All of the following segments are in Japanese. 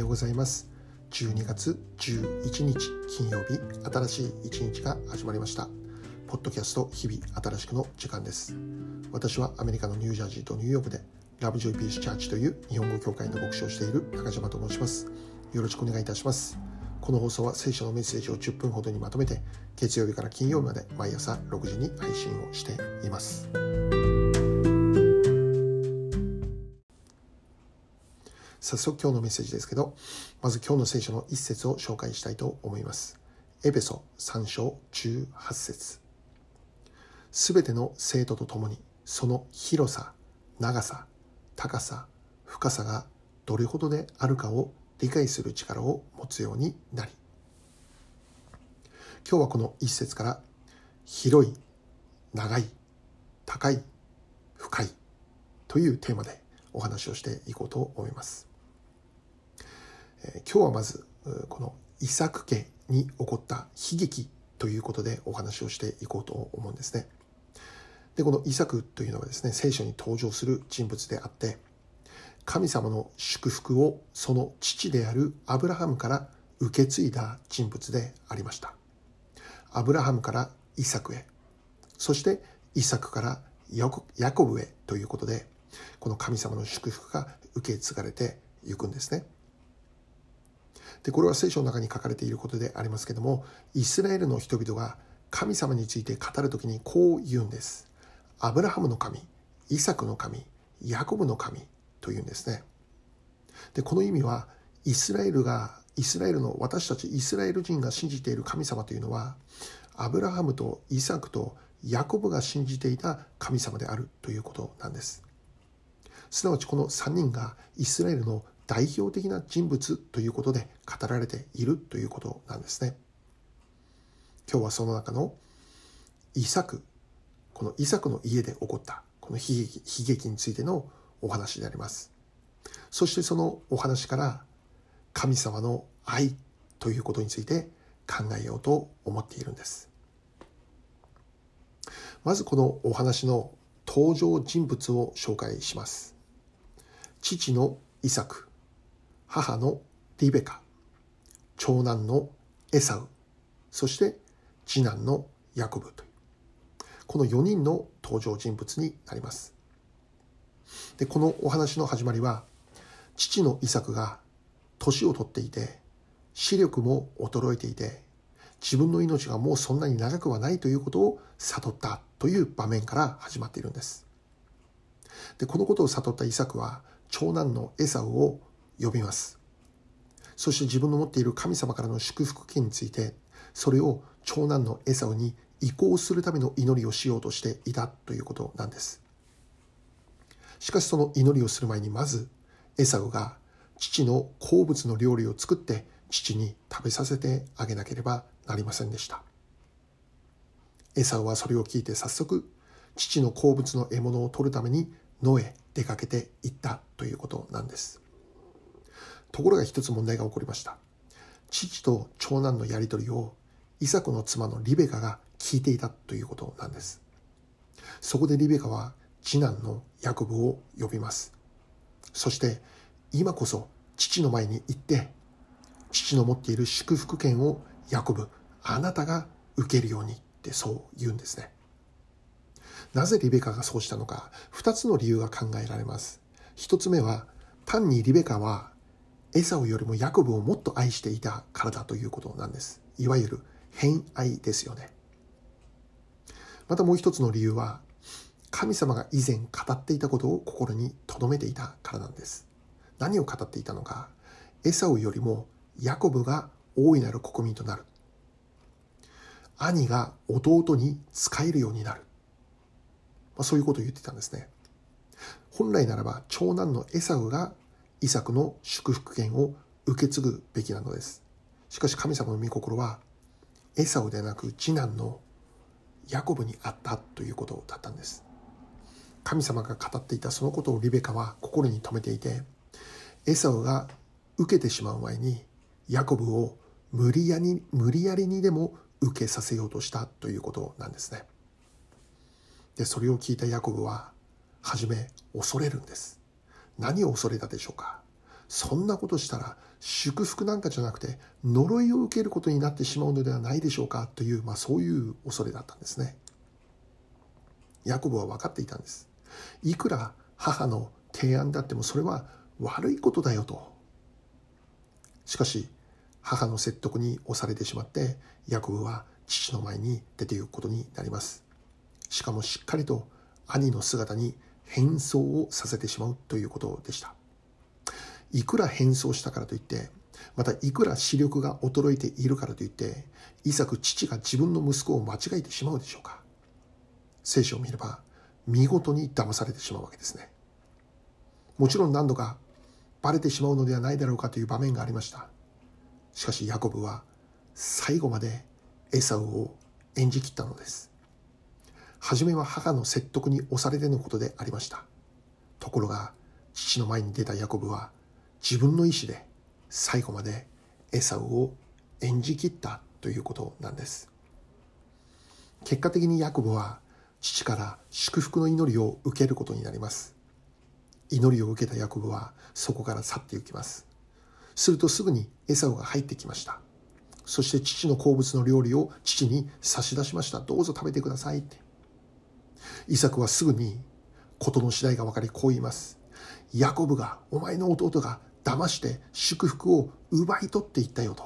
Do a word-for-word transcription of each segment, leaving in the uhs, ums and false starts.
ございます。じゅうにがつじゅういちにち金曜日、新しい一日が始まりました。ポッドキャスト日々新しくの時間です。私はアメリカのニュージャージーとニューヨークでラブジョイピースチャーチという日本語教会の牧師をしている中島と申します。よろしくお願いいたします。この放送は聖書のメッセージをじゅっぷんほどにまとめて、月曜日から金曜日まで毎朝ろくじに配信をしています。早速今日のメッセージですけど、まず今日の聖書の一節を紹介したいと思います。エペソさん章じゅうはち節。すべての生徒とともにその広さ、長さ、高さ、深さがどれほどであるかを理解する力を持つようになり。今日はこの一節から広い、長い、高い、深いというテーマでお話をしていこうと思います。えー、今日はまずこのイサク家に起こった悲劇ということでお話をしていこうと思うんですね。で、このイサクというのはですね、聖書に登場する人物であって、神様の祝福をその父であるアブラハムから受け継いだ人物でありました。アブラハムからイサクへ、そしてイサクからヤコ、ヤコブへということで、この神様の祝福が受け継がれていくんですね。で、これは聖書の中に書かれていることでありますけれども、イスラエルの人々が神様について語るときにこう言うんです。アブラハムの神、イサクの神、ヤコブの神というんですね。で、この意味はイスラエルが、イスラエルの私たちイスラエル人が信じている神様というのは、アブラハムとイサクとヤコブが信じていた神様であるということなんです。すなわちこのさんにんがイスラエルの代表的な人物ということで語られているということなんですね。今日はその中のイサク、このイサクの家で起こったこの悲劇、悲劇についてのお話であります。そしてそのお話から神様の愛ということについて考えようと思っているんです。まずこのお話の登場人物を紹介します。父のイサク、母のリベカ、長男のエサウ、そして次男のヤコブという、このよにんの登場人物になります。で、このお話の始まりは、父のイサクが年を取っていて、視力も衰えていて、自分の命がもうそんなに長くはないということを悟ったという場面から始まっているんです。で、このことを悟ったイサクは長男のエサウを呼びます。そして自分の持っている神様からの祝福権について、それを長男のエサウに移行するための祈りをしようとしていたということなんです。しかしその祈りをする前に、まずエサウが父の好物の料理を作って父に食べさせてあげなければなりませんでした。エサウはそれを聞いて早速父の好物の獲物を取るために野へ出かけていったということなんです。ところが一つ問題が起こりました。父と長男のやりとりをイサクの妻のリベカが聞いていたということなんです。そこでリベカは次男のヤコブを呼びます。そして今こそ父の前に行って、父の持っている祝福権をヤコブ、あなたが受けるようにってそう言うんですね。なぜリベカがそうしたのか、二つの理由が考えられます。一つ目は、単にリベカはエサウよりもヤコブをもっと愛していたからだということなんです。いわゆる偏愛ですよね。またもう一つの理由は、神様が以前語っていたことを心に留めていたからなんです。何を語っていたのか、エサウよりもヤコブが大いなる国民となる。兄が弟に仕えるようになる。まあ、そういうことを言ってたんですね。本来ならば長男のエサウがイサクの祝福権を受け継ぐべきなのです。しかし神様の御心はエサウでなく次男のヤコブにあったということだったんです。神様が語っていたそのことをリベカは心に留めていて、エサウが受けてしまう前にヤコブを無理やり、無理やりにでも受けさせようとしたということなんですね。で、それを聞いたヤコブははじめ恐れるんです。何を恐れたでしょうか。 そんなことしたら祝福なんかじゃなくて呪いを受けることになってしまうのではないでしょうかという、まあ、そういう恐れだったんですね。ヤコブは分かっていたんです。いくら母の提案であってもそれは悪いことだよと。しかし母の説得に押されてしまってヤコブは父の前に出ていくことになります。しかもしっかりと兄の姿に変装をさせてしまうということでした。いくら変装したからといって、またいくら視力が衰えているからといって、イサク父が自分の息子を間違えてしまうでしょうか。聖書を見れば見事に騙されてしまうわけですね。もちろん何度かバレてしまうのではないだろうかという場面がありました。しかしヤコブは最後までエサウを演じ切ったのです。初めは母の説得に押されてのことでありました。ところが父の前に出たヤコブは自分の意志で最後までエサウを演じ切ったということなんです。結果的にヤコブは父から祝福の祈りを受けることになります。祈りを受けたヤコブはそこから去っていきます。するとすぐにエサウが入ってきました。そして父の好物の料理を父に差し出しました。どうぞ食べてくださいって。イサクはすぐに事の次第が分かりこう言います。ヤコブが、お前の弟が騙して祝福を奪い取っていったよと。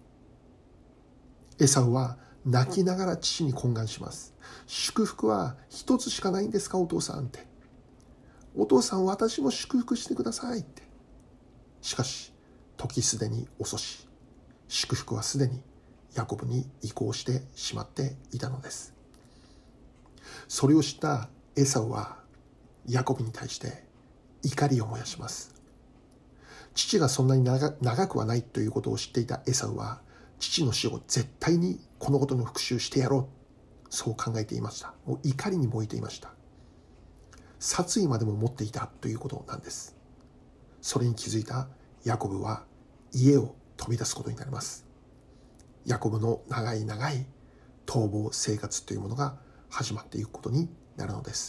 エサウは泣きながら父に懇願します。祝福は一つしかないんですかお父さんって。お父さん私も祝福してくださいって。しかし時すでに遅し、祝福はすでにヤコブに移行してしまっていたのです。それを知ったエサウはヤコブに対して怒りを燃やします。父がそんなに 長, 長くはないということを知っていたエサウは父の死を絶対にこのことの復讐してやろう、そう考えていました。もう怒りに燃えていました。殺意までも持っていたということなんです。それに気づいたヤコブは家を飛び出すことになります。ヤコブの長い長い逃亡生活というものが始まっていくことになるのです。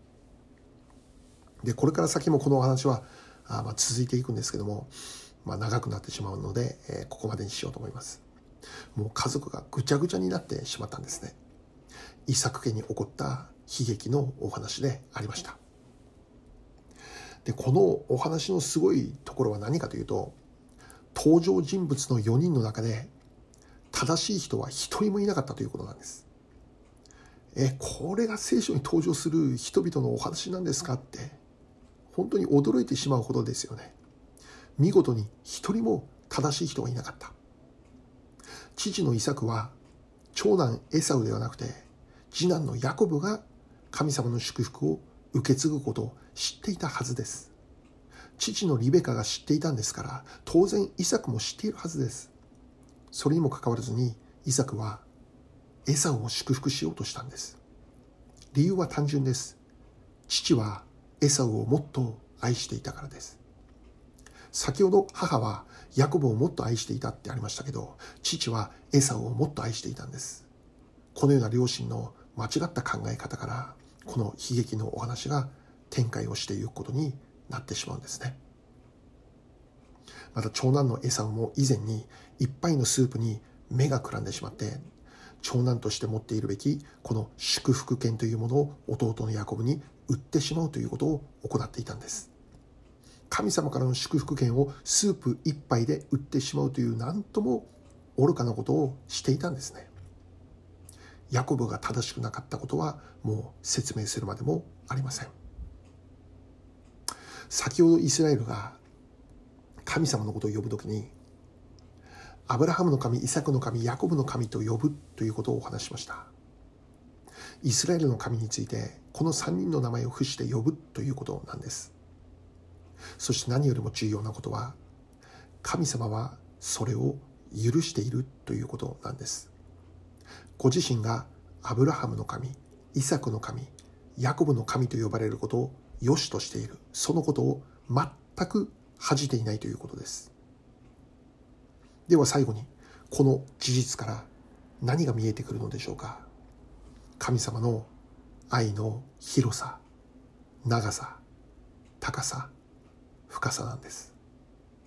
で、これから先もこのお話はあまあ続いていくんですけども、まあ、長くなってしまうので、えー、ここまでにしようと思います。もう家族がぐちゃぐちゃになってしまったんですね。イサク家に起こった悲劇のお話でありました。で、このお話のすごいところは何かというと、登場人物のよにんの中で正しい人は一人もいなかったということなんです。え、これが聖書に登場する人々のお話なんですかって、本当に驚いてしまうほどですよね。見事に一人も正しい人がいなかった。父のイサクは長男エサウではなくて次男のヤコブが神様の祝福を受け継ぐことを知っていたはずです。父のリベカが知っていたんですから、当然イサクも知っているはずです。それにもかかわらずにイサクはエサウを祝福しようとしたんです。理由は単純です。父はエサウをもっと愛していたからです。先ほど母はヤコブをもっと愛していたってありましたけど、父はエサウをもっと愛していたんです。このような両親の間違った考え方からこの悲劇のお話が展開をしていくことになってしまうんですね。また長男のエサウも以前に一杯のスープに目がくらんでしまって、長男として持っているべきこの祝福権というものを弟のヤコブに売ってしまうということを行っていたんです。神様からの祝福権をスープ一杯で売ってしまうというなんとも愚かなことをしていたんですね。ヤコブが正しくなかったことはもう説明するまでもありません。先ほどイスラエルが神様のことを呼ぶときに、アブラハムの神、イサクの神、ヤコブの神と呼ぶということをお話ししました。イスラエルの神についてこのさんにんの名前を付して呼ぶということなんです。そして何よりも重要なことは、神様はそれを許しているということなんです。ご自身がアブラハムの神、イサクの神、ヤコブの神と呼ばれることを良しとしている、そのことを全く恥じていないということです。では最後に、この事実から何が見えてくるのでしょうか。神様の愛の広さ、長さ、高さ、深さなんです。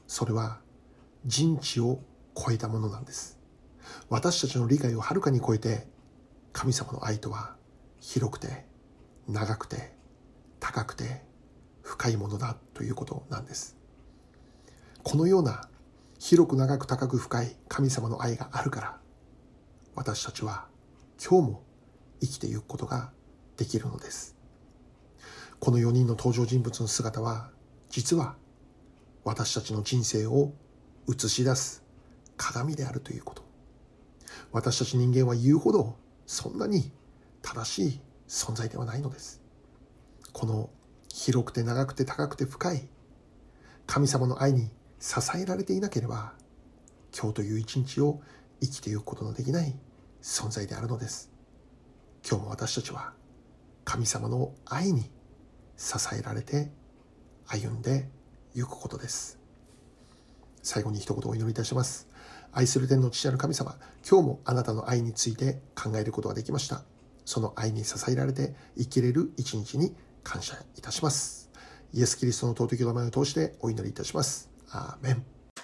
それは人知を超えたものなんです。私たちの理解をはるかに超えて、神様の愛とは広くて長くて高くて深いものだということなんです。このような広く長く高く深い神様の愛があるから、私たちは今日も生きていくことができるのです。このよにんの登場人物の姿は、実は私たちの人生を映し出す鏡であるということ。私たち人間は言うほどそんなに正しい存在ではないのです。この広くて長くて高くて深い神様の愛に支えられていなければ、今日という一日を生きていくことのできない存在であるのです。今日も私たちは神様の愛に支えられて歩んでいくことです。最後に一言お祈りいたします。愛する天の父なる神様、今日もあなたの愛について考えることができました。その愛に支えられて生きれる一日に感謝いたします。イエス・キリストの尊き名前を通してお祈りいたします。アーメン。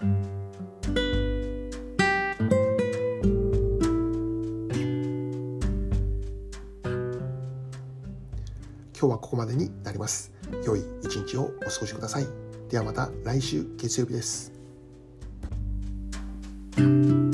今日はここまでになります。良い一日をお過ごしください。ではまた来週月曜日です。